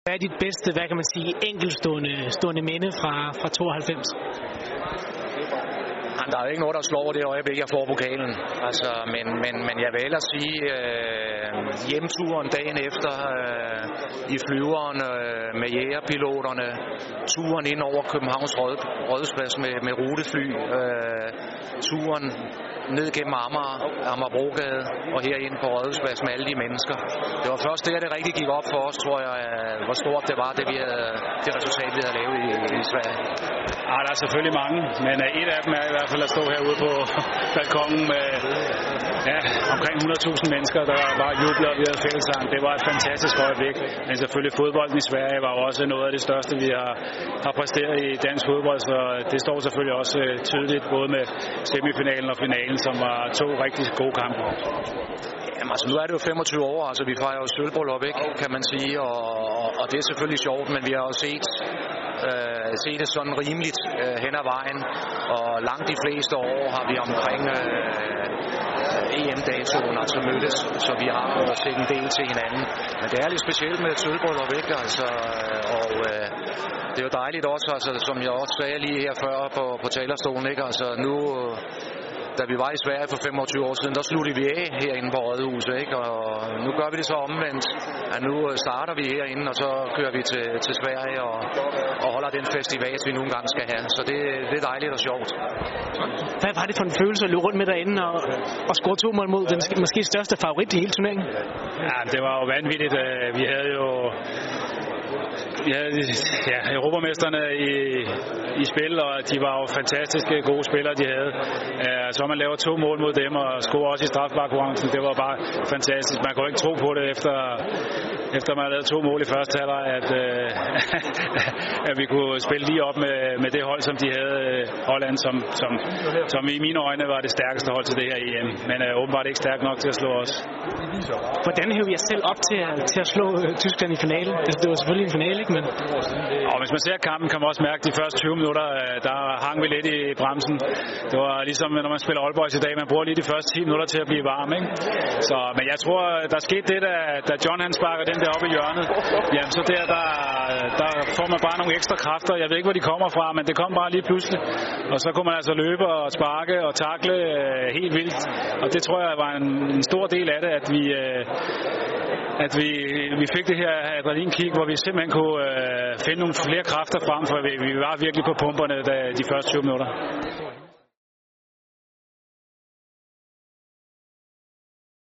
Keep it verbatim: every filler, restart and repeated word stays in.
Hvad er dit bedste, hvad kan man sige, enkeltstående stående minde fra, fra tooghalvfems? Der er jo ikke noget, der slår det øjeblik, jeg får pokalen. Altså, men, men, men jeg vil ellers sige, øh, hjemturen dagen efter øh, i flyveren øh, med jægerpiloterne, turen ind over Københavns Råd, Rådhusplads med, med rutefly, øh, turen ned gennem Amager, Amagerbrogade og herind på Rådhusplads med alle de mennesker. Det var først der, det rigtig gik op for os, tror jeg, hvor stort det var, det, vi havde, det resultat, vi havde lavet i, i Sverige. Ja, der er selvfølgelig mange, men et af dem er i hvert fald at stå herude på balkongen med ja, omkring hundrede tusind mennesker, der bare jubler og vi havde fællessang. Det var et fantastisk øjeblik, men selvfølgelig fodbolden i Sverige var også noget af det største, vi har, har præsteret i dansk fodbold, så det står selvfølgelig også tydeligt, både med semifinalen og finalen, som var to rigtig gode kampe. Jamen altså, nu er det jo femogtyve år, altså vi fejrer jo sølvbryllup, ikke, kan man sige, og, og det er selvfølgelig sjovt, men vi har jo set, øh, set det sådan rimeligt øh, hen ad vejen, og langt de fleste år har vi omkring øh, E M-datoen altså mødtes, så vi har set en del til hinanden. Men det er lidt specielt med et sølvbryllup, ikke, altså, og øh, det er jo dejligt også, altså, som jeg også sagde lige her før på, på talerstolen, ikke, altså nu... Da vi var i Sverige for femogtyve år siden, der sluttede vi af herinde på Rådhuset, ikke? Og nu gør vi det så omvendt, at nu starter vi herinde, og så kører vi til, til Sverige og, og holder den festival, vi nu engang skal have. Så det, det er dejligt og sjovt. Hvad var det for en følelse at løbe rundt med derinde og, og score to mål mod den måske største favorit i hele turneringen? Ja, det var jo vanvittigt. Vi havde jo... Vi havde ja, europamesterne i, i spil, og de var jo fantastiske gode spillere, de havde. Uh, så man laver to mål mod dem og scorer også i strafsparkkonkurrencen. Det var bare fantastisk. Man kunne ikke tro på det efter, efter man havde lavet to mål i første halvleg, at, uh, at vi kunne spille lige op med, med det hold, som de havde. Holland, som, som, som i mine øjne var det stærkeste hold til det her E M. Men uh, åbenbart ikke stærkt nok til at slå os. Hvordan hæver jeg selv op til, til at slå uh, Tyskland i finalen? Det, det var selvfølgelig en finale, ikke? Men... Og hvis man ser kampen, kan man også mærke, at de første tyve minutter, der hang vi lidt i bremsen. Det var ligesom, når man spiller Aalborg i dag, man bruger lige de første ti minutter til at blive varm, ikke? Så, men jeg tror, der skete det, da, da John han sparker den der op i hjørnet. Jamen, så der, der, der får man bare nogle ekstra kræfter. Jeg ved ikke, hvor de kommer fra, men det kom bare lige pludselig. Og så kunne man altså løbe og sparke og takle øh, helt vildt. Og det tror jeg var en, en stor del af det, at vi... Øh, at vi, vi fik det her adrenalinkick, hvor vi simpelthen kunne øh, finde nogle flere kræfter frem, for vi, vi var virkelig på pumperne de første tyve minutter.